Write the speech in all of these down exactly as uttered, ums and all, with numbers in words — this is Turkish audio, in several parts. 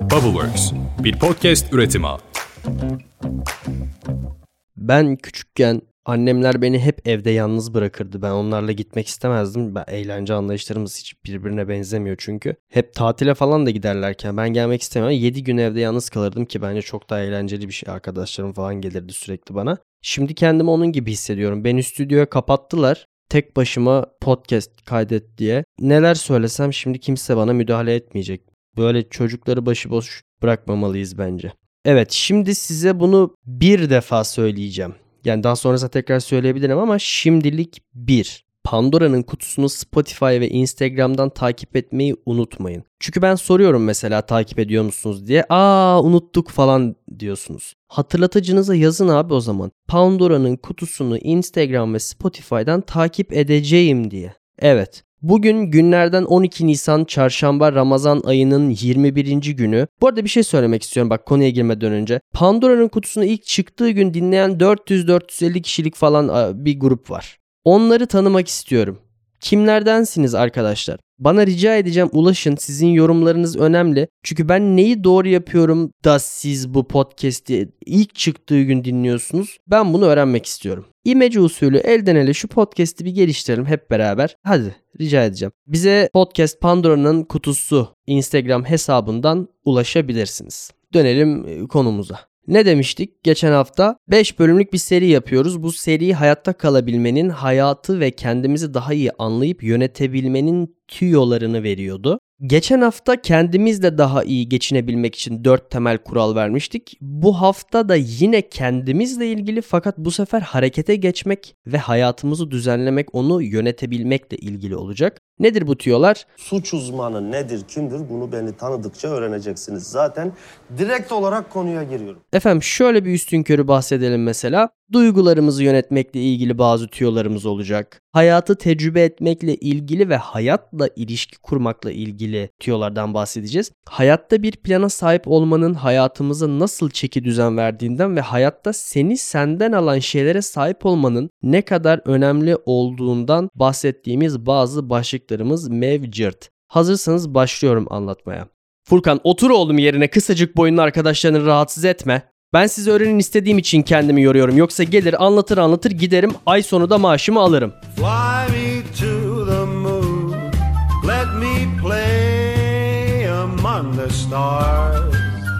Bubbleworks, bir podcast üretimi. Ben küçükken annemler beni hep evde yalnız bırakırdı. Ben onlarla gitmek istemezdim. Ben, eğlence anlayışlarımız hiç birbirine benzemiyor çünkü. Hep tatile falan da giderlerken ben gelmek istemiyorum. yedi gün evde yalnız kalırdım ki bence çok daha eğlenceli bir şey. Arkadaşlarım falan gelirdi sürekli bana. Şimdi kendimi onun gibi hissediyorum. Beni stüdyoya kapattılar. Tek başıma podcast kaydet diye. Neler söylesem şimdi kimse bana müdahale etmeyecek. Böyle çocukları başıboş bırakmamalıyız bence. Evet, şimdi size bunu bir defa söyleyeceğim. Yani daha sonrasında tekrar söyleyebilirim ama şimdilik bir. Pandora'nın kutusunu Spotify ve Instagram'dan takip etmeyi unutmayın. Çünkü ben soruyorum mesela takip ediyor musunuz diye. Aa unuttuk falan diyorsunuz. Hatırlatıcınıza yazın abi o zaman. Pandora'nın kutusunu Instagram ve Spotify'dan takip edeceğim diye. Evet. Bugün günlerden on iki Nisan Çarşamba, Ramazan ayının yirmi birinci günü. Bu arada bir şey söylemek istiyorum bak konuya girmeden önce. Pandora'nın kutusunu ilk çıktığı gün dinleyen dört yüz dört yüz elli kişilik falan bir grup var. Onları tanımak istiyorum. Kimlerdensiniz arkadaşlar? Bana rica edeceğim ulaşın. Sizin yorumlarınız önemli. Çünkü ben neyi doğru yapıyorum da siz bu podcast'i ilk çıktığı gün dinliyorsunuz. Ben bunu öğrenmek istiyorum. İmece usulü elden ele şu podcast'i bir geliştirelim hep beraber. Hadi rica edeceğim. Bize Podcast Pandora'nın kutusu Instagram hesabından ulaşabilirsiniz. Dönelim konumuza. Ne demiştik? Geçen hafta beş bölümlük bir seri yapıyoruz. Bu seri hayatta kalabilmenin, hayatı ve kendimizi daha iyi anlayıp yönetebilmenin tüyolarını veriyordu. Geçen hafta kendimizle daha iyi geçinebilmek için dört temel kural vermiştik. Bu hafta da yine kendimizle ilgili fakat bu sefer harekete geçmek ve hayatımızı düzenlemek, onu yönetebilmekle ilgili olacak. Nedir bu tüyolar? Suç uzmanı nedir, kimdir bunu beni tanıdıkça öğreneceksiniz. Zaten direkt olarak konuya giriyorum. Efendim şöyle bir üstünkörü bahsedelim mesela. Duygularımızı yönetmekle ilgili bazı tüyolarımız olacak. Hayatı tecrübe etmekle ilgili ve hayatla ilişki kurmakla ilgili tüyolardan bahsedeceğiz. Hayatta bir plana sahip olmanın hayatımıza nasıl çeki düzen verdiğinden ve hayatta seni senden alan şeylere sahip olmanın ne kadar önemli olduğundan bahsettiğimiz bazı başlıklarımız mevcut. Hazırsanız başlıyorum anlatmaya. Furkan otur oğlum yerine, kısacık boyunlu arkadaşlarını rahatsız etme. Ben sizi öğrenin istediğim için kendimi yoruyorum. Yoksa gelir anlatır anlatır giderim, ay sonu da maaşımı alırım. Fly me to the moon, let me play among the stars.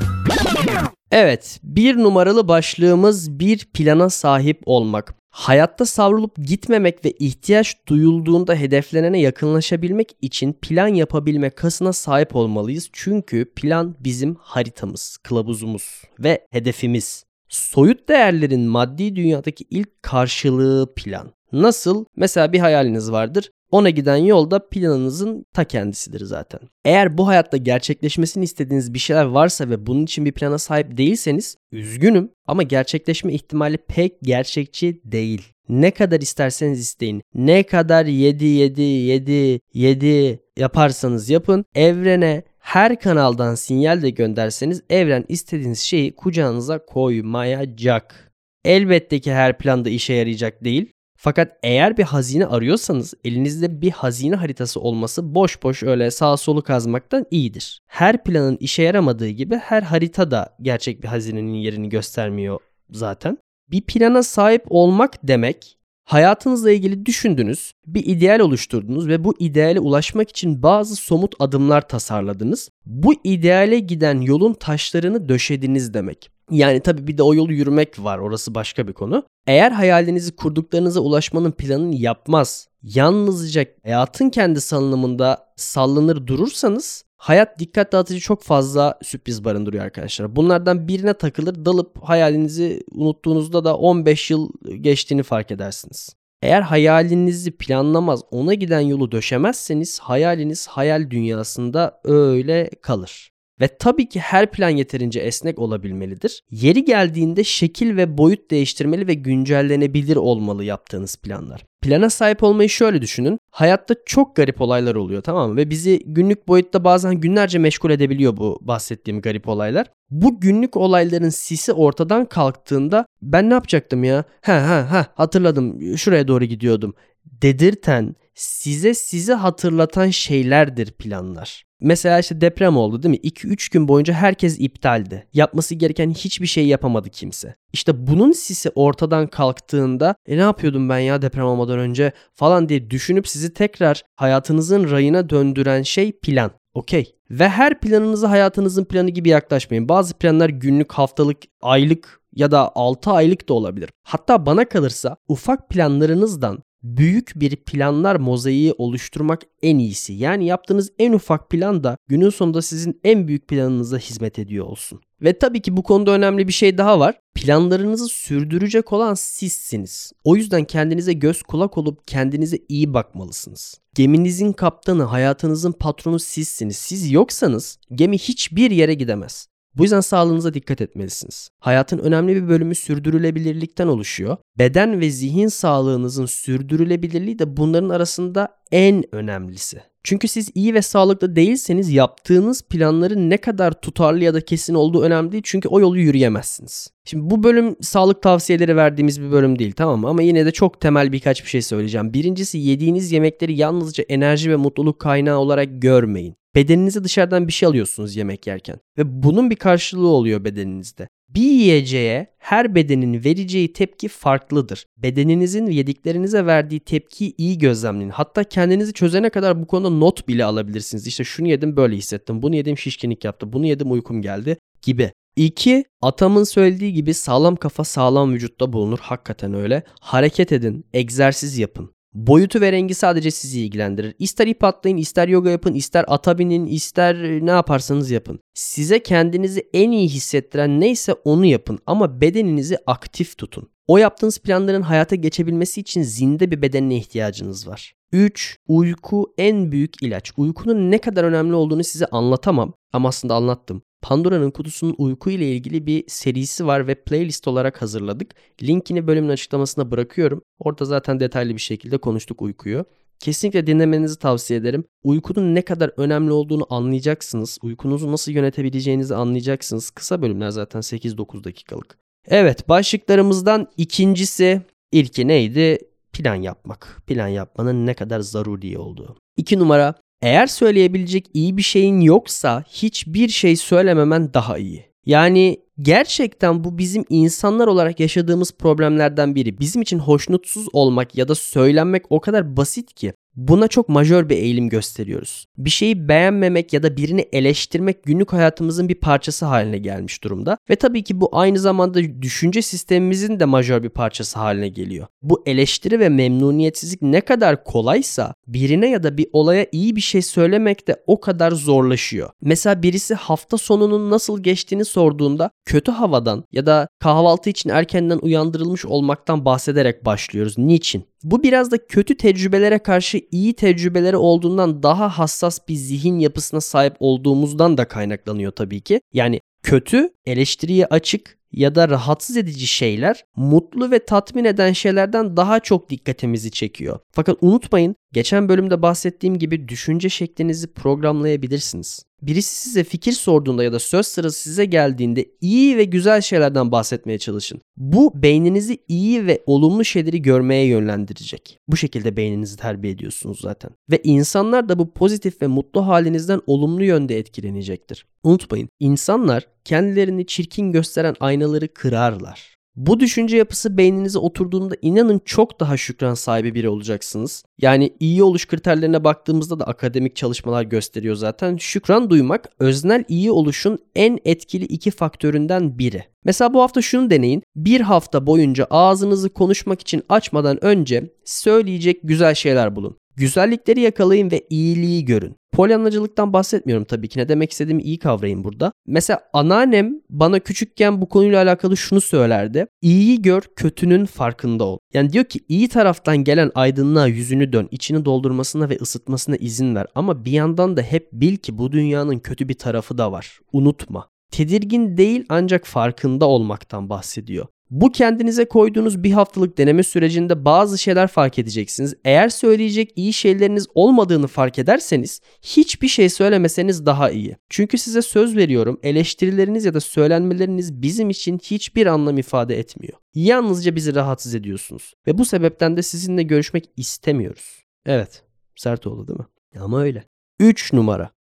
Evet, bir numaralı başlığımız bir plana sahip olmak. Hayatta savrulup gitmemek ve ihtiyaç duyulduğunda hedeflenene yakınlaşabilmek için plan yapabilme kasına sahip olmalıyız. Çünkü plan bizim haritamız, kılavuzumuz ve hedefimiz. Soyut değerlerin maddi dünyadaki ilk karşılığı plan. Nasıl? Mesela bir hayaliniz vardır. Ona giden yolda planınızın ta kendisidir zaten. Eğer bu hayatta gerçekleşmesini istediğiniz bir şeyler varsa ve bunun için bir plana sahip değilseniz üzgünüm ama gerçekleşme ihtimali pek gerçekçi değil. Ne kadar isterseniz isteyin, ne kadar yedi yedi yedi yedi yaparsanız yapın, evrene her kanaldan sinyal de gönderseniz evren istediğiniz şeyi kucağınıza koymayacak. Elbette ki her planda işe yarayacak değil. Fakat eğer bir hazine arıyorsanız elinizde bir hazine haritası olması boş boş öyle sağa solu kazmaktan iyidir. Her planın işe yaramadığı gibi her harita da gerçek bir hazinenin yerini göstermiyor zaten. Bir plana sahip olmak demek, hayatınızla ilgili düşündünüz, bir ideal oluşturdunuz ve bu ideale ulaşmak için bazı somut adımlar tasarladınız. Bu ideale giden yolun taşlarını döşediniz demek. Yani tabii bir de o yolu yürümek var, orası başka bir konu. Eğer hayalinizi kurduklarınıza ulaşmanın planını yapmaz, yalnızca hayatın kendi salınımında sallanır durursanız hayat dikkat dağıtıcı çok fazla sürpriz barındırıyor arkadaşlar. Bunlardan birine takılır, dalıp hayalinizi unuttuğunuzda da on beş yıl geçtiğini fark edersiniz. Eğer hayalinizi planlamaz, ona giden yolu döşemezseniz hayaliniz hayal dünyasında öyle kalır. Ve tabii ki her plan yeterince esnek olabilmelidir. Yeri geldiğinde şekil ve boyut değiştirmeli ve güncellenebilir olmalı yaptığınız planlar. Plana sahip olmayı şöyle düşünün. Hayatta çok garip olaylar oluyor, tamam mı? Ve bizi günlük boyutta bazen günlerce meşgul edebiliyor bu bahsettiğim garip olaylar. Bu günlük olayların sisi ortadan kalktığında ben ne yapacaktım ya? Ha ha ha hatırladım, şuraya doğru gidiyordum dedirten, size sizi hatırlatan şeylerdir planlar. Mesela işte deprem oldu değil mi? iki üç gün boyunca herkes iptaldi. Yapması gereken hiçbir şey yapamadı kimse. İşte bunun sisi ortadan kalktığında e ne yapıyordum ben ya deprem olmadan önce falan diye düşünüp sizi tekrar hayatınızın rayına döndüren şey plan. Okey. Ve her planınızı hayatınızın planı gibi yaklaşmayın. Bazı planlar günlük, haftalık, aylık ya da altı aylık da olabilir. Hatta bana kalırsa ufak planlarınızdan büyük bir planlar mozaiği oluşturmak en iyisi. Yani yaptığınız en ufak plan da günün sonunda sizin en büyük planınıza hizmet ediyor olsun. Ve tabii ki bu konuda önemli bir şey daha var. Planlarınızı sürdürecek olan sizsiniz. O yüzden kendinize göz kulak olup kendinize iyi bakmalısınız. Geminizin kaptanı, hayatınızın patronu sizsiniz. Siz yoksanız gemi hiçbir yere gidemez. Bu yüzden sağlığınıza dikkat etmelisiniz. Hayatın önemli bir bölümü sürdürülebilirlikten oluşuyor. Beden ve zihin sağlığınızın sürdürülebilirliği de bunların arasında en önemlisi. Çünkü siz iyi ve sağlıklı değilseniz yaptığınız planların ne kadar tutarlı ya da kesin olduğu önemli değil. Çünkü o yolu yürüyemezsiniz. Şimdi bu bölüm sağlık tavsiyeleri verdiğimiz bir bölüm değil, tamam mı? Ama yine de çok temel birkaç bir şey söyleyeceğim. Birincisi, yediğiniz yemekleri yalnızca enerji ve mutluluk kaynağı olarak görmeyin. Bedeninize dışarıdan bir şey alıyorsunuz yemek yerken ve bunun bir karşılığı oluyor bedeninizde. Bir yiyeceğe her bedenin vereceği tepki farklıdır. Bedeninizin yediklerinize verdiği tepkiyi iyi gözlemleyin. Hatta kendinizi çözene kadar bu konuda not bile alabilirsiniz. İşte şunu yedim böyle hissettim, bunu yedim şişkinlik yaptı, bunu yedim uykum geldi gibi. İki, atamın söylediği gibi sağlam kafa sağlam vücutta bulunur. Hakikaten öyle. Hareket edin, egzersiz yapın. Boyutu ve rengi sadece sizi ilgilendirir. İster ip atlayın, ister yoga yapın, ister ata binin, ister ne yaparsanız yapın. Size kendinizi en iyi hissettiren neyse onu yapın ama bedeninizi aktif tutun. O yaptığınız planların hayata geçebilmesi için zinde bir bedenine ihtiyacınız var. üç. Uyku en büyük ilaç. Uykunun ne kadar önemli olduğunu size anlatamam ama aslında anlattım. Pandora'nın Kutusu'nun uyku ile ilgili bir serisi var ve playlist olarak hazırladık. Linkini bölümün açıklamasına bırakıyorum. Orada zaten detaylı bir şekilde konuştuk uykuyu. Kesinlikle dinlemenizi tavsiye ederim. Uykunun ne kadar önemli olduğunu anlayacaksınız. Uykunuzu nasıl yönetebileceğinizi anlayacaksınız. Kısa bölümler zaten sekiz dokuz dakikalık. Evet, başlıklarımızdan ikincisi, ilki neydi? Plan yapmak. Plan yapmanın ne kadar zaruri olduğu. İki numara, eğer söyleyebilecek iyi bir şeyin yoksa hiçbir şey söylememen daha iyi. Yani gerçekten bu bizim insanlar olarak yaşadığımız problemlerden biri. Bizim için hoşnutsuz olmak ya da söylenmek o kadar basit ki buna çok majör bir eğilim gösteriyoruz. Bir şeyi beğenmemek ya da birini eleştirmek günlük hayatımızın bir parçası haline gelmiş durumda. Ve tabii ki bu aynı zamanda düşünce sistemimizin de majör bir parçası haline geliyor. Bu eleştiri ve memnuniyetsizlik ne kadar kolaysa birine ya da bir olaya iyi bir şey söylemek de o kadar zorlaşıyor. Mesela birisi hafta sonunun nasıl geçtiğini sorduğunda kötü havadan ya da kahvaltı için erkenden uyandırılmış olmaktan bahsederek başlıyoruz. Niçin? Bu biraz da kötü tecrübelere karşı iyi tecrübeleri olduğundan daha hassas bir zihin yapısına sahip olduğumuzdan da kaynaklanıyor tabii ki. Yani kötü, eleştiriye açık ya da rahatsız edici şeyler mutlu ve tatmin eden şeylerden daha çok dikkatimizi çekiyor. Fakat unutmayın, geçen bölümde bahsettiğim gibi düşünce şeklinizi programlayabilirsiniz. Birisi size fikir sorduğunda ya da söz sırası size geldiğinde iyi ve güzel şeylerden bahsetmeye çalışın. Bu beyninizi iyi ve olumlu şeyleri görmeye yönlendirecek. Bu şekilde beyninizi terbiye ediyorsunuz zaten. Ve insanlar da bu pozitif ve mutlu halinizden olumlu yönde etkilenecektir. Unutmayın, insanlar kendilerini çirkin gösteren aynaları kırarlar. Bu düşünce yapısı beyninize oturduğunda inanın çok daha şükran sahibi biri olacaksınız. Yani iyi oluş kriterlerine baktığımızda da akademik çalışmalar gösteriyor zaten. Şükran duymak öznel iyi oluşun en etkili iki faktöründen biri. Mesela bu hafta şunu deneyin. Bir hafta boyunca ağzınızı konuşmak için açmadan önce söyleyecek güzel şeyler bulun. Güzellikleri yakalayın ve iyiliği görün. Polyanlacılıktan bahsetmiyorum tabii ki. Ne demek istediğimi iyi kavrayın burada. Mesela anneannem bana küçükken bu konuyla alakalı şunu söylerdi. İyiyi gör, kötünün farkında ol. Yani diyor ki iyi taraftan gelen aydınlığa yüzünü dön, içini doldurmasına ve ısıtmasına izin ver. Ama bir yandan da hep bil ki bu dünyanın kötü bir tarafı da var. Unutma. Tedirgin değil ancak farkında olmaktan bahsediyor. Bu kendinize koyduğunuz bir haftalık deneme sürecinde bazı şeyler fark edeceksiniz. Eğer söyleyecek iyi şeyleriniz olmadığını fark ederseniz hiçbir şey söylemeseniz daha iyi. Çünkü size söz veriyorum, eleştirileriniz ya da söylenmeleriniz bizim için hiçbir anlam ifade etmiyor. Yalnızca bizi rahatsız ediyorsunuz. Ve bu sebepten de sizinle görüşmek istemiyoruz. Evet, sert oldu değil mi? Ama öyle. üç numara.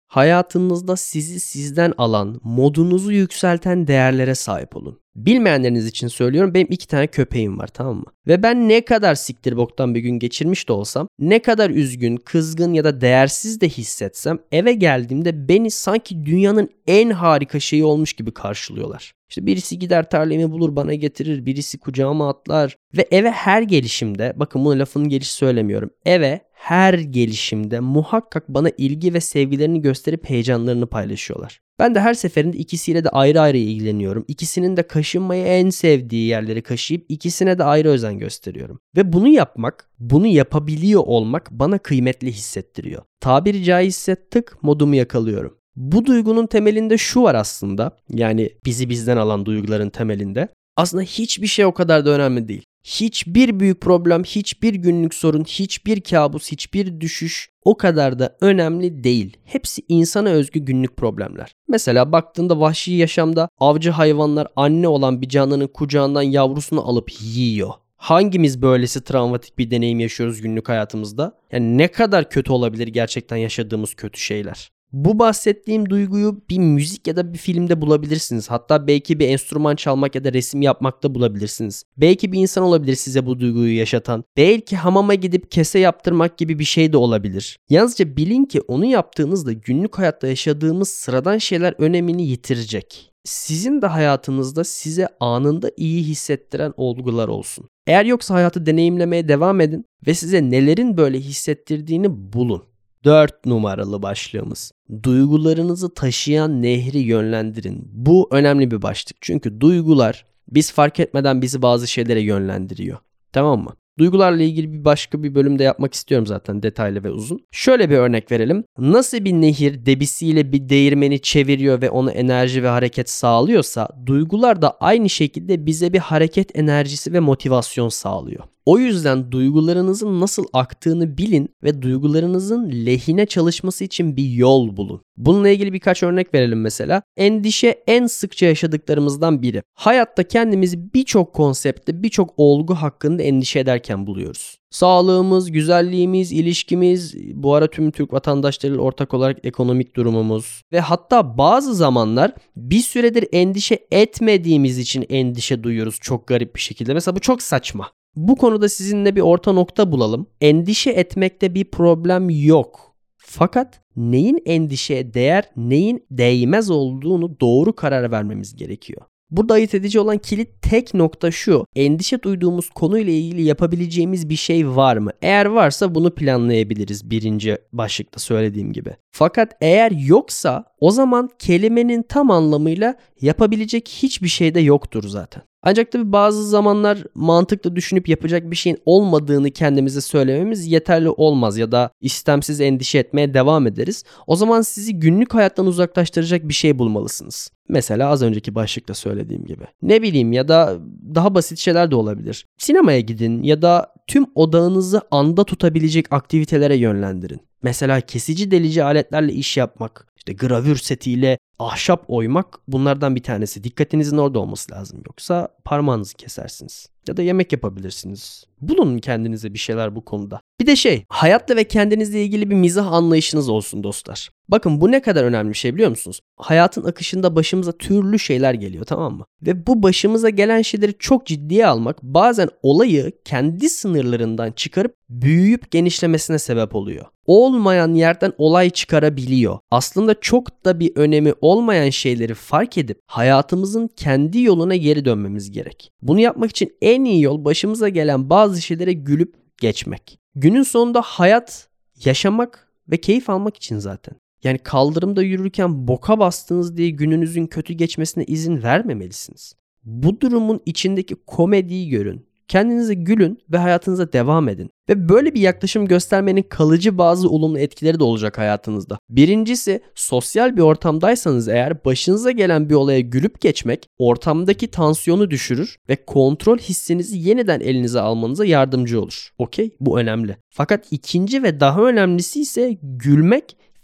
Hayatınızda sizi sizden alan, modunuzu yükselten değerlere sahip olun. Bilmeyenleriniz için söylüyorum, benim iki tane köpeğim var, tamam mı? Ve ben ne kadar siktir boktan bir gün geçirmiş de olsam, ne kadar üzgün, kızgın ya da değersiz de hissetsem, eve geldiğimde beni sanki dünyanın en harika şeyi olmuş gibi karşılıyorlar. İşte birisi gider tarlayımı bulur bana getirir, birisi kucağıma atlar ve eve her gelişimde, bakın bunu lafının gelişi söylemiyorum, eve her gelişimde muhakkak bana ilgi ve sevgilerini gösterip heyecanlarını paylaşıyorlar. Ben de her seferinde ikisiyle de ayrı ayrı ilgileniyorum. İkisinin de kaşınmayı en sevdiği yerleri kaşıyıp ikisine de ayrı özen gösteriyorum. Ve bunu yapmak, bunu yapabiliyor olmak bana kıymetli hissettiriyor. Tabiri caizse tık modumu yakalıyorum. Bu duygunun temelinde şu var aslında, yani bizi bizden alan duyguların temelinde. Aslında hiçbir şey o kadar da önemli değil. Hiçbir büyük problem, hiçbir günlük sorun, hiçbir kabus, hiçbir düşüş o kadar da önemli değil. Hepsi insana özgü günlük problemler. Mesela baktığında vahşi yaşamda avcı hayvanlar anne olan bir canlının kucağından yavrusunu alıp yiyor. Hangimiz böylesi travmatik bir deneyim yaşıyoruz günlük hayatımızda? Yani ne kadar kötü olabilir gerçekten yaşadığımız kötü şeyler? Bu bahsettiğim duyguyu bir müzik ya da bir filmde bulabilirsiniz. Hatta belki bir enstrüman çalmak ya da resim yapmakta bulabilirsiniz. Belki bir insan olabilir size bu duyguyu yaşatan. Belki hamama gidip kese yaptırmak gibi bir şey de olabilir. Yalnızca bilin ki onu yaptığınızda günlük hayatta yaşadığımız sıradan şeyler önemini yitirecek. Sizin de hayatınızda size anında iyi hissettiren olgular olsun. Eğer yoksa hayatı deneyimlemeye devam edin ve size nelerin böyle hissettirdiğini bulun. Dört numaralı başlığımız. Duygularınızı taşıyan nehri yönlendirin. Bu önemli bir başlık. Çünkü duygular biz fark etmeden bizi bazı şeylere yönlendiriyor. Tamam mı? Duygularla ilgili bir başka bir bölümde yapmak istiyorum zaten, detaylı ve uzun. Şöyle bir örnek verelim. Nasıl bir nehir debisiyle bir değirmeni çeviriyor ve ona enerji ve hareket sağlıyorsa, duygular da aynı şekilde bize bir hareket enerjisi ve motivasyon sağlıyor. O yüzden duygularınızın nasıl aktığını bilin ve duygularınızın lehine çalışması için bir yol bulun. Bununla ilgili birkaç örnek verelim mesela. Endişe en sıkça yaşadıklarımızdan biri. Hayatta kendimizi birçok konseptte, birçok olgu hakkında endişe ederken buluyoruz. Sağlığımız, güzelliğimiz, ilişkimiz, bu ara tüm Türk vatandaşlarıyla ortak olarak ekonomik durumumuz ve hatta bazı zamanlar bir süredir endişe etmediğimiz için endişe duyuyoruz çok garip bir şekilde. Mesela bu çok saçma. Bu konuda sizinle bir orta nokta bulalım. Endişe etmekte bir problem yok. Fakat neyin endişeye değer, neyin değmez olduğunu doğru karar vermemiz gerekiyor. Burada ayırt edici olan kilit tek nokta şu: endişe duyduğumuz konuyla ilgili yapabileceğimiz bir şey var mı? Eğer varsa bunu planlayabiliriz, birinci başlıkta söylediğim gibi. Fakat eğer yoksa o zaman kelimenin tam anlamıyla yapabilecek hiçbir şey de yoktur zaten. Ancak tabii bazı zamanlar mantıklı düşünüp yapacak bir şeyin olmadığını kendimize söylememiz yeterli olmaz ya da istemsiz endişe etmeye devam ederiz. O zaman sizi günlük hayattan uzaklaştıracak bir şey bulmalısınız. Mesela az önceki başlıkta söylediğim gibi. Ne bileyim, ya da daha basit şeyler de olabilir. Sinemaya gidin ya da tüm odağınızı anda tutabilecek aktivitelere yönlendirin. Mesela kesici delici aletlerle iş yapmak, işte gravür setiyle ahşap oymak bunlardan bir tanesi. Dikkatinizin orada olması lazım, yoksa parmağınızı kesersiniz. Ya da yemek yapabilirsiniz. Bulun kendinize bir şeyler bu konuda. Bir de şey, hayatla ve kendinizle ilgili bir mizah anlayışınız olsun dostlar. Bakın bu ne kadar önemli bir şey biliyor musunuz? Hayatın akışında başımıza türlü şeyler geliyor, tamam mı? Ve bu başımıza gelen şeyleri çok ciddiye almak bazen olayı kendi sınırlarından çıkarıp büyüyüp genişlemesine sebep oluyor. Olmayan yerden olay çıkarabiliyor. Aslında çok da bir önemi olmayan şeyleri fark edip hayatımızın kendi yoluna geri dönmemiz gerek. Bunu yapmak için en iyi yol başımıza gelen bazı şeylere gülüp geçmek. Günün sonunda hayat yaşamak ve keyif almak için zaten. Yani kaldırımda yürürken boka bastınız diye gününüzün kötü geçmesine izin vermemelisiniz. Bu durumun içindeki komediyi görün. Kendinize gülün ve hayatınıza devam edin. Ve böyle bir yaklaşım göstermenin kalıcı bazı olumlu etkileri de olacak hayatınızda. Birincisi, sosyal bir ortamdaysanız eğer başınıza gelen bir olaya gülüp geçmek ortamdaki tansiyonu düşürür ve kontrol hissinizi yeniden elinize almanıza yardımcı olur. Okey? Bu önemli. Fakat ikinci ve daha önemlisi ise gülmek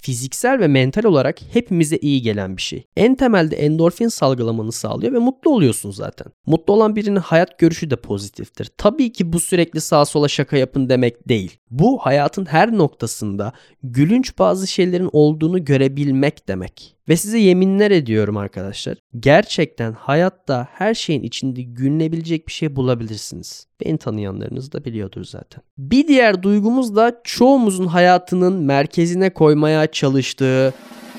fiziksel ve mental olarak hepimize iyi gelen bir şey. En temelde endorfin salgılamanı sağlıyor ve mutlu oluyorsun zaten. Mutlu olan birinin hayat görüşü de pozitiftir. Tabii ki bu sürekli sağa sola şaka yapın demek değil. Bu hayatın her noktasında gülünç bazı şeylerin olduğunu görebilmek demek. Ve size yeminler ediyorum arkadaşlar. Gerçekten hayatta her şeyin içinde gülünebilecek bir şey bulabilirsiniz. Beni tanıyanlarınız da biliyordur zaten. Bir diğer duygumuz da çoğumuzun hayatının merkezine koymaya çalıştığı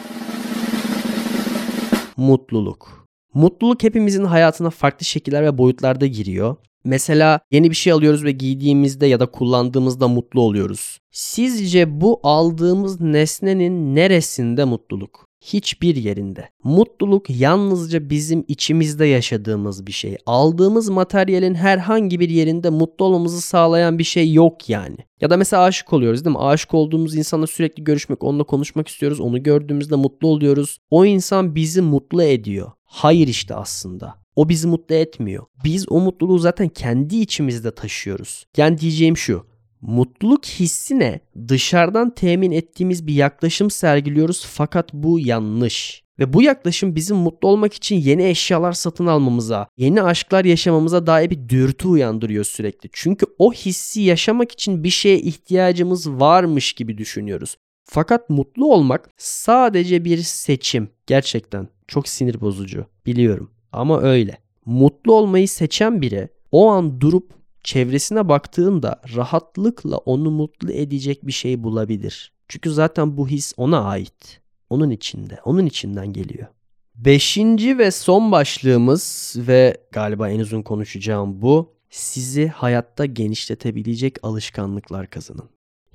mutluluk. Mutluluk hepimizin hayatına farklı şekiller ve boyutlarda giriyor. Mesela yeni bir şey alıyoruz ve giydiğimizde ya da kullandığımızda mutlu oluyoruz. Sizce bu aldığımız nesnenin neresinde mutluluk? Hiçbir yerinde. Mutluluk yalnızca bizim içimizde yaşadığımız bir şey. Aldığımız materyalin herhangi bir yerinde mutlu olmamızı sağlayan bir şey yok yani. Ya da mesela aşık oluyoruz değil mi? Aşık olduğumuz insanla sürekli görüşmek, onunla konuşmak istiyoruz. Onu gördüğümüzde mutlu oluyoruz. O insan bizi mutlu ediyor. Hayır işte aslında. O bizi mutlu etmiyor. Biz o mutluluğu zaten kendi içimizde taşıyoruz. Yani diyeceğim şu. Mutluluk hissine dışarıdan temin ettiğimiz bir yaklaşım sergiliyoruz fakat bu yanlış. Ve bu yaklaşım bizim mutlu olmak için yeni eşyalar satın almamıza, yeni aşklar yaşamamıza dair bir dürtü uyandırıyor sürekli. Çünkü o hissi yaşamak için bir şeye ihtiyacımız varmış gibi düşünüyoruz. Fakat mutlu olmak sadece bir seçim. Gerçekten çok sinir bozucu. Biliyorum ama öyle. Mutlu olmayı seçen biri o an durup çevresine baktığında rahatlıkla onu mutlu edecek bir şey bulabilir. Çünkü zaten bu his ona ait. Onun içinde, onun içinden geliyor. Beşinci ve son başlığımız ve galiba en uzun konuşacağım bu. Sizi hayatta genişletebilecek alışkanlıklar kazanın.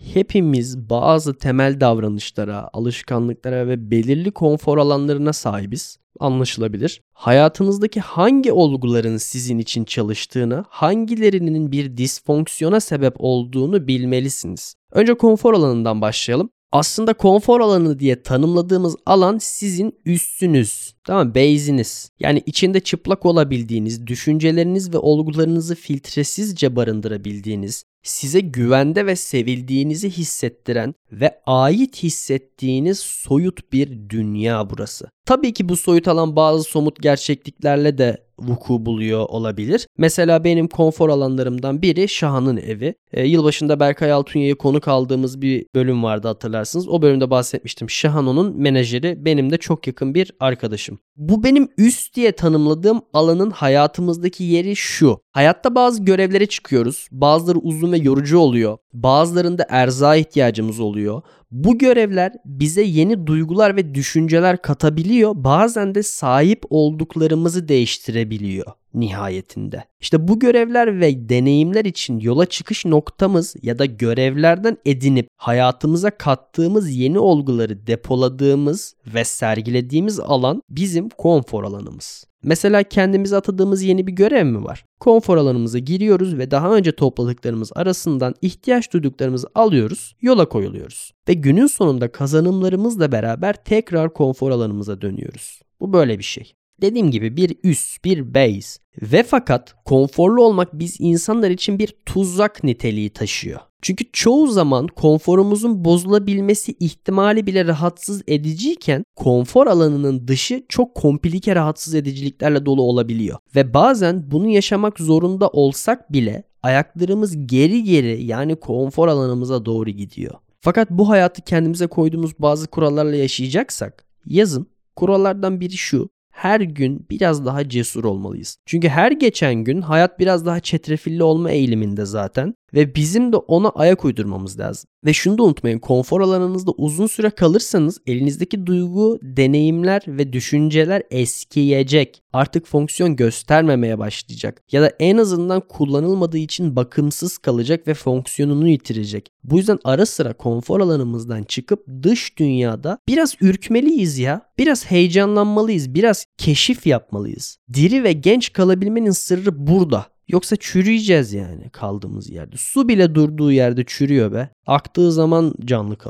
Hepimiz bazı temel davranışlara, alışkanlıklara ve belirli konfor alanlarına sahibiz. Anlaşılabilir. Hayatınızdaki hangi olguların sizin için çalıştığını, hangilerinin bir disfonksiyona sebep olduğunu bilmelisiniz. Önce konfor alanından başlayalım. Aslında konfor alanı diye tanımladığımız alan sizin üssünüz. Tamam, base'iniz. Yani içinde çıplak olabildiğiniz, düşünceleriniz ve olgularınızı filtresizce barındırabildiğiniz, size güvende ve sevildiğinizi hissettiren ve ait hissettiğiniz soyut bir dünya burası. Tabii ki bu soyut alan bazı somut gerçekliklerle de vuku buluyor olabilir. Mesela benim konfor alanlarımdan biri Şahan'ın evi. E, yılbaşında Berkay Altunya'yı konuk aldığımız bir bölüm vardı, hatırlarsınız. O bölümde bahsetmiştim. Şahan onun menajeri, benim de çok yakın bir arkadaşım. Bu benim üst diye tanımladığım alanın hayatımızdaki yeri şu. Hayatta bazı görevlere çıkıyoruz. Bazıları uzun ve yorucu oluyor. Bazılarında erzağa ihtiyacımız oluyor. Bu görevler bize yeni duygular ve düşünceler katabiliyor. Bazen de sahip olduklarımızı değiştirebiliyor nihayetinde. İşte bu görevler ve deneyimler için yola çıkış noktamız ya da görevlerden edinip hayatımıza kattığımız yeni olguları depoladığımız ve sergilediğimiz alan bizim konfor alanımız. Mesela kendimize atadığımız yeni bir görev mi var? Konfor alanımıza giriyoruz ve daha önce topladıklarımız arasından ihtiyaç duyduklarımızı alıyoruz, yola koyuluyoruz. Ve günün sonunda kazanımlarımızla beraber tekrar konfor alanımıza dönüyoruz. Bu böyle bir şey. Dediğim gibi bir üs, bir base ve fakat konforlu olmak biz insanlar için bir tuzak niteliği taşıyor. Çünkü çoğu zaman konforumuzun bozulabilmesi ihtimali bile rahatsız ediciyken konfor alanının dışı çok komplike rahatsız ediciliklerle dolu olabiliyor. Ve bazen bunu yaşamak zorunda olsak bile ayaklarımız geri geri yani konfor alanımıza doğru gidiyor. Fakat bu hayatı kendimize koyduğumuz bazı kurallarla yaşayacaksak yazın kurallardan biri şu. Her gün biraz daha cesur olmalıyız. Çünkü her geçen gün hayat biraz daha çetrefilli olma eğiliminde zaten ve bizim de ona ayak uydurmamız lazım. Ve şunu da unutmayın, konfor alanınızda uzun süre kalırsanız elinizdeki duygu, deneyimler ve düşünceler eskiyecek. Artık fonksiyon göstermemeye başlayacak. Ya da en azından kullanılmadığı için bakımsız kalacak ve fonksiyonunu yitirecek. Bu yüzden ara sıra konfor alanımızdan çıkıp dış dünyada biraz ürkmeliyiz ya. Biraz heyecanlanmalıyız, biraz keşif yapmalıyız. Diri ve genç kalabilmenin sırrı burada. Yoksa çürüyeceğiz yani kaldığımız yerde. Su bile durduğu yerde çürüyor be. Aktığı zaman canlı kalıyor.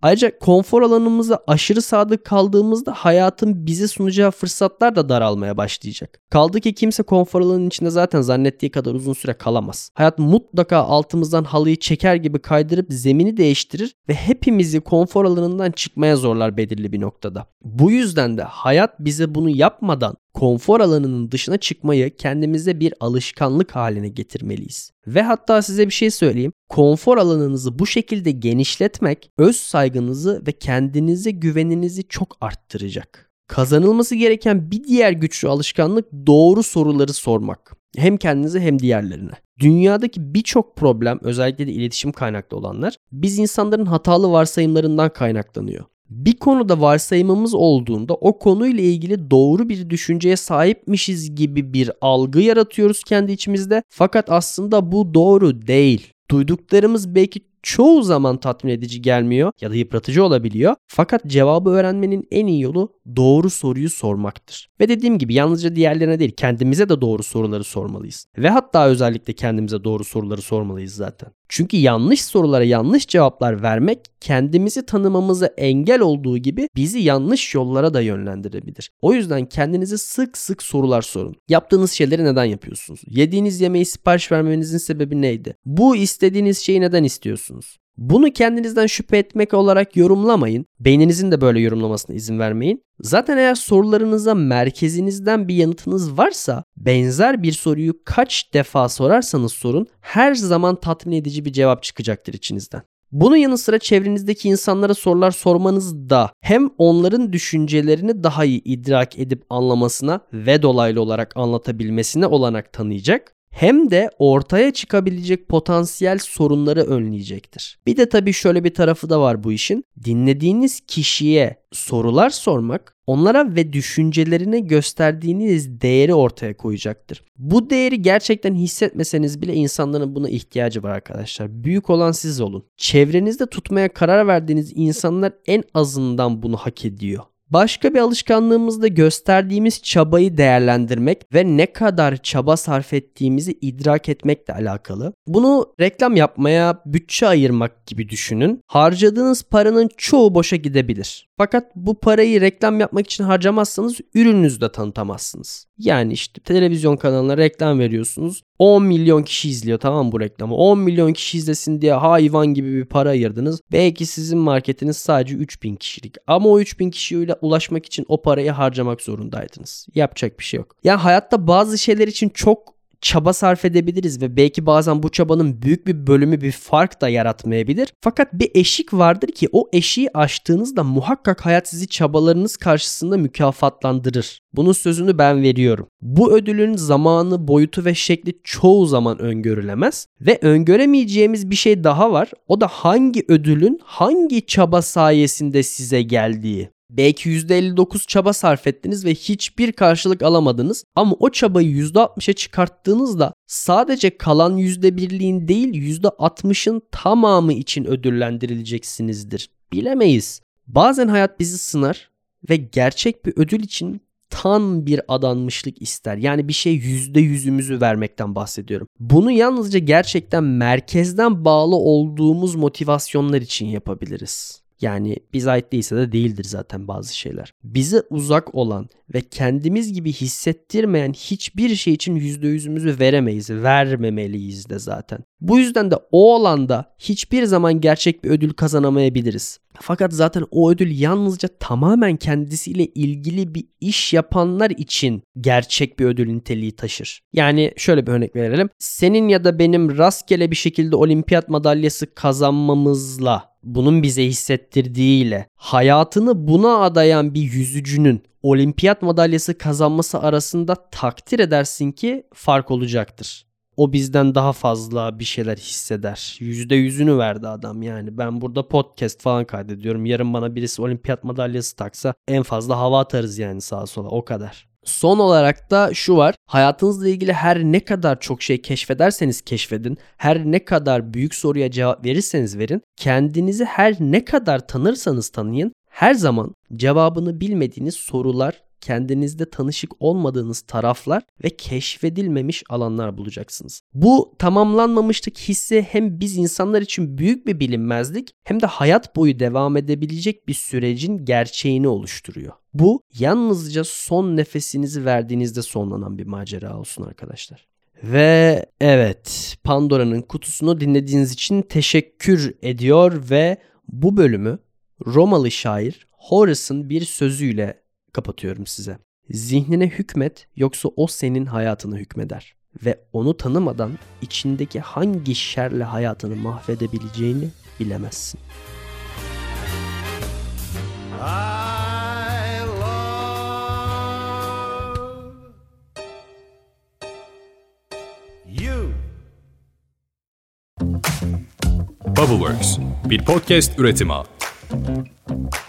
Ayrıca konfor alanımıza aşırı sadık kaldığımızda hayatın bize sunacağı fırsatlar da daralmaya başlayacak. Kaldı ki kimse konfor alanının içinde zaten zannettiği kadar uzun süre kalamaz. Hayat mutlaka altımızdan halıyı çeker gibi kaydırıp zemini değiştirir ve hepimizi konfor alanından çıkmaya zorlar belirli bir noktada. Bu yüzden de hayat bize bunu yapmadan konfor alanının dışına çıkmayı kendimize bir alışkanlık haline getirmeliyiz. Ve hatta size bir şey söyleyeyim. Konfor alanınızı bu şekilde genişletmek öz saygınızı ve kendinize güveninizi çok arttıracak. Kazanılması gereken bir diğer güçlü alışkanlık doğru soruları sormak. Hem kendinize hem diğerlerine. Dünyadaki birçok problem, özellikle de iletişim kaynaklı olanlar, biz insanların hatalı varsayımlarından kaynaklanıyor. Bir konuda varsayımımız olduğunda o konuyla ilgili doğru bir düşünceye sahipmişiz gibi bir algı yaratıyoruz kendi içimizde. Fakat aslında bu doğru değil. Duyduklarımız belki çoğu zaman tatmin edici gelmiyor ya da yıpratıcı olabiliyor. Fakat cevabı öğrenmenin en iyi yolu doğru soruyu sormaktır. Ve dediğim gibi yalnızca diğerlerine değil, kendimize de doğru soruları sormalıyız. Ve hatta özellikle kendimize doğru soruları sormalıyız zaten. Çünkü yanlış sorulara yanlış cevaplar vermek kendimizi tanımamıza engel olduğu gibi bizi yanlış yollara da yönlendirebilir. O yüzden kendinize sık sık sorular sorun. Yaptığınız şeyleri neden yapıyorsunuz? Yediğiniz yemeği sipariş vermenizin sebebi neydi? Bu istediğiniz şeyi neden istiyorsunuz? Bunu kendinizden şüphe etmek olarak yorumlamayın. Beyninizin de böyle yorumlamasına izin vermeyin. Zaten eğer sorularınıza merkezinizden bir yanıtınız varsa benzer bir soruyu kaç defa sorarsanız sorun her zaman tatmin edici bir cevap çıkacaktır içinizden. Bunun yanı sıra çevrenizdeki insanlara sorular sormanız da hem onların düşüncelerini daha iyi idrak edip anlamasına ve dolaylı olarak anlatabilmesine olanak tanıyacak, hem de ortaya çıkabilecek potansiyel sorunları önleyecektir. Bir de tabii şöyle bir tarafı da var bu işin. Dinlediğiniz kişiye sorular sormak onlara ve düşüncelerine gösterdiğiniz değeri ortaya koyacaktır. Bu değeri gerçekten hissetmeseniz bile insanların buna ihtiyacı var arkadaşlar. Büyük olan siz olun. Çevrenizde tutmaya karar verdiğiniz insanlar en azından bunu hak ediyor. Başka bir alışkanlığımızda gösterdiğimiz çabayı değerlendirmek ve ne kadar çaba sarf ettiğimizi idrak etmekle alakalı. Bunu reklam yapmaya bütçe ayırmak gibi düşünün. Harcadığınız paranın çoğu boşa gidebilir. Fakat bu parayı reklam yapmak için harcamazsanız ürününüzü de tanıtamazsınız. Yani işte televizyon kanalına reklam veriyorsunuz. on milyon kişi izliyor, tamam bu reklamı. on milyon kişi izlesin diye hayvan gibi bir para ayırdınız. Belki sizin marketiniz sadece üç bin kişilik. Ama o üç bin kişiyle ulaşmak için o parayı harcamak zorundaydınız. Yapacak bir şey yok. Yani hayatta bazı şeyler için çok çaba sarf edebiliriz ve belki bazen bu çabanın büyük bir bölümü bir fark da yaratmayabilir. Fakat bir eşik vardır ki o eşiği aştığınızda muhakkak hayat sizi çabalarınız karşısında mükafatlandırır. Bunun sözünü ben veriyorum. Bu ödülün zamanı, boyutu ve şekli çoğu zaman öngörülemez ve öngöremeyeceğimiz bir şey daha var. O da hangi ödülün hangi çaba sayesinde size geldiği. Belki yüzde elli dokuz çaba sarf ettiniz ve hiçbir karşılık alamadınız ama o çabayı yüzde altmışa çıkarttığınızda sadece kalan yüzde birliğin değil yüzde altmışın tamamı için ödüllendirileceksiniz. Bilemeyiz. Bazen hayat bizi sınar ve gerçek bir ödül için tam bir adanmışlık ister. Yani bir şey yüzde yüzümüzü vermekten bahsediyorum. Bunu yalnızca gerçekten merkezden bağlı olduğumuz motivasyonlar için yapabiliriz. Yani bize ait değilse de değildir zaten bazı şeyler. Bize uzak olan ve kendimiz gibi hissettirmeyen hiçbir şey için yüzde yüzümüzü veremeyiz. Vermemeliyiz de zaten. Bu yüzden de o alanda hiçbir zaman gerçek bir ödül kazanamayabiliriz. Fakat zaten o ödül yalnızca tamamen kendisiyle ilgili bir iş yapanlar için gerçek bir ödül niteliği taşır. Yani şöyle bir örnek verelim. Senin ya da benim rastgele bir şekilde olimpiyat madalyası kazanmamızla, bunun bize hissettirdiğiyle hayatını buna adayan bir yüzücünün olimpiyat madalyası kazanması arasında takdir edersin ki fark olacaktır. O bizden daha fazla bir şeyler hisseder. Yüzde yüzünü verdi adam yani. Ben burada podcast falan kaydediyorum. Yarın bana birisi olimpiyat madalyası taksa en fazla hava atarız yani sağa sola, o kadar. Son olarak da şu var. Hayatınızla ilgili her ne kadar çok şey keşfederseniz keşfedin, her ne kadar büyük soruya cevap verirseniz verin, kendinizi her ne kadar tanırsanız tanıyın, her zaman cevabını bilmediğiniz sorular kendinizde tanışık olmadığınız taraflar ve keşfedilmemiş alanlar bulacaksınız. Bu tamamlanmamışlık hissi hem biz insanlar için büyük bir bilinmezlik hem de hayat boyu devam edebilecek bir sürecin gerçeğini oluşturuyor. Bu yalnızca son nefesinizi verdiğinizde sonlanan bir macera olsun arkadaşlar. Ve evet, Pandora'nın kutusunu dinlediğiniz için teşekkür ediyor ve bu bölümü Romalı şair Horace'ın bir sözüyle kapatıyorum size. Zihnine hükmet, yoksa o senin hayatını hükmeder. Ve onu tanımadan içindeki hangi şerle hayatını mahvedebileceğini bilemezsin. I love you. Bubbleworks, bir podcast üretimi.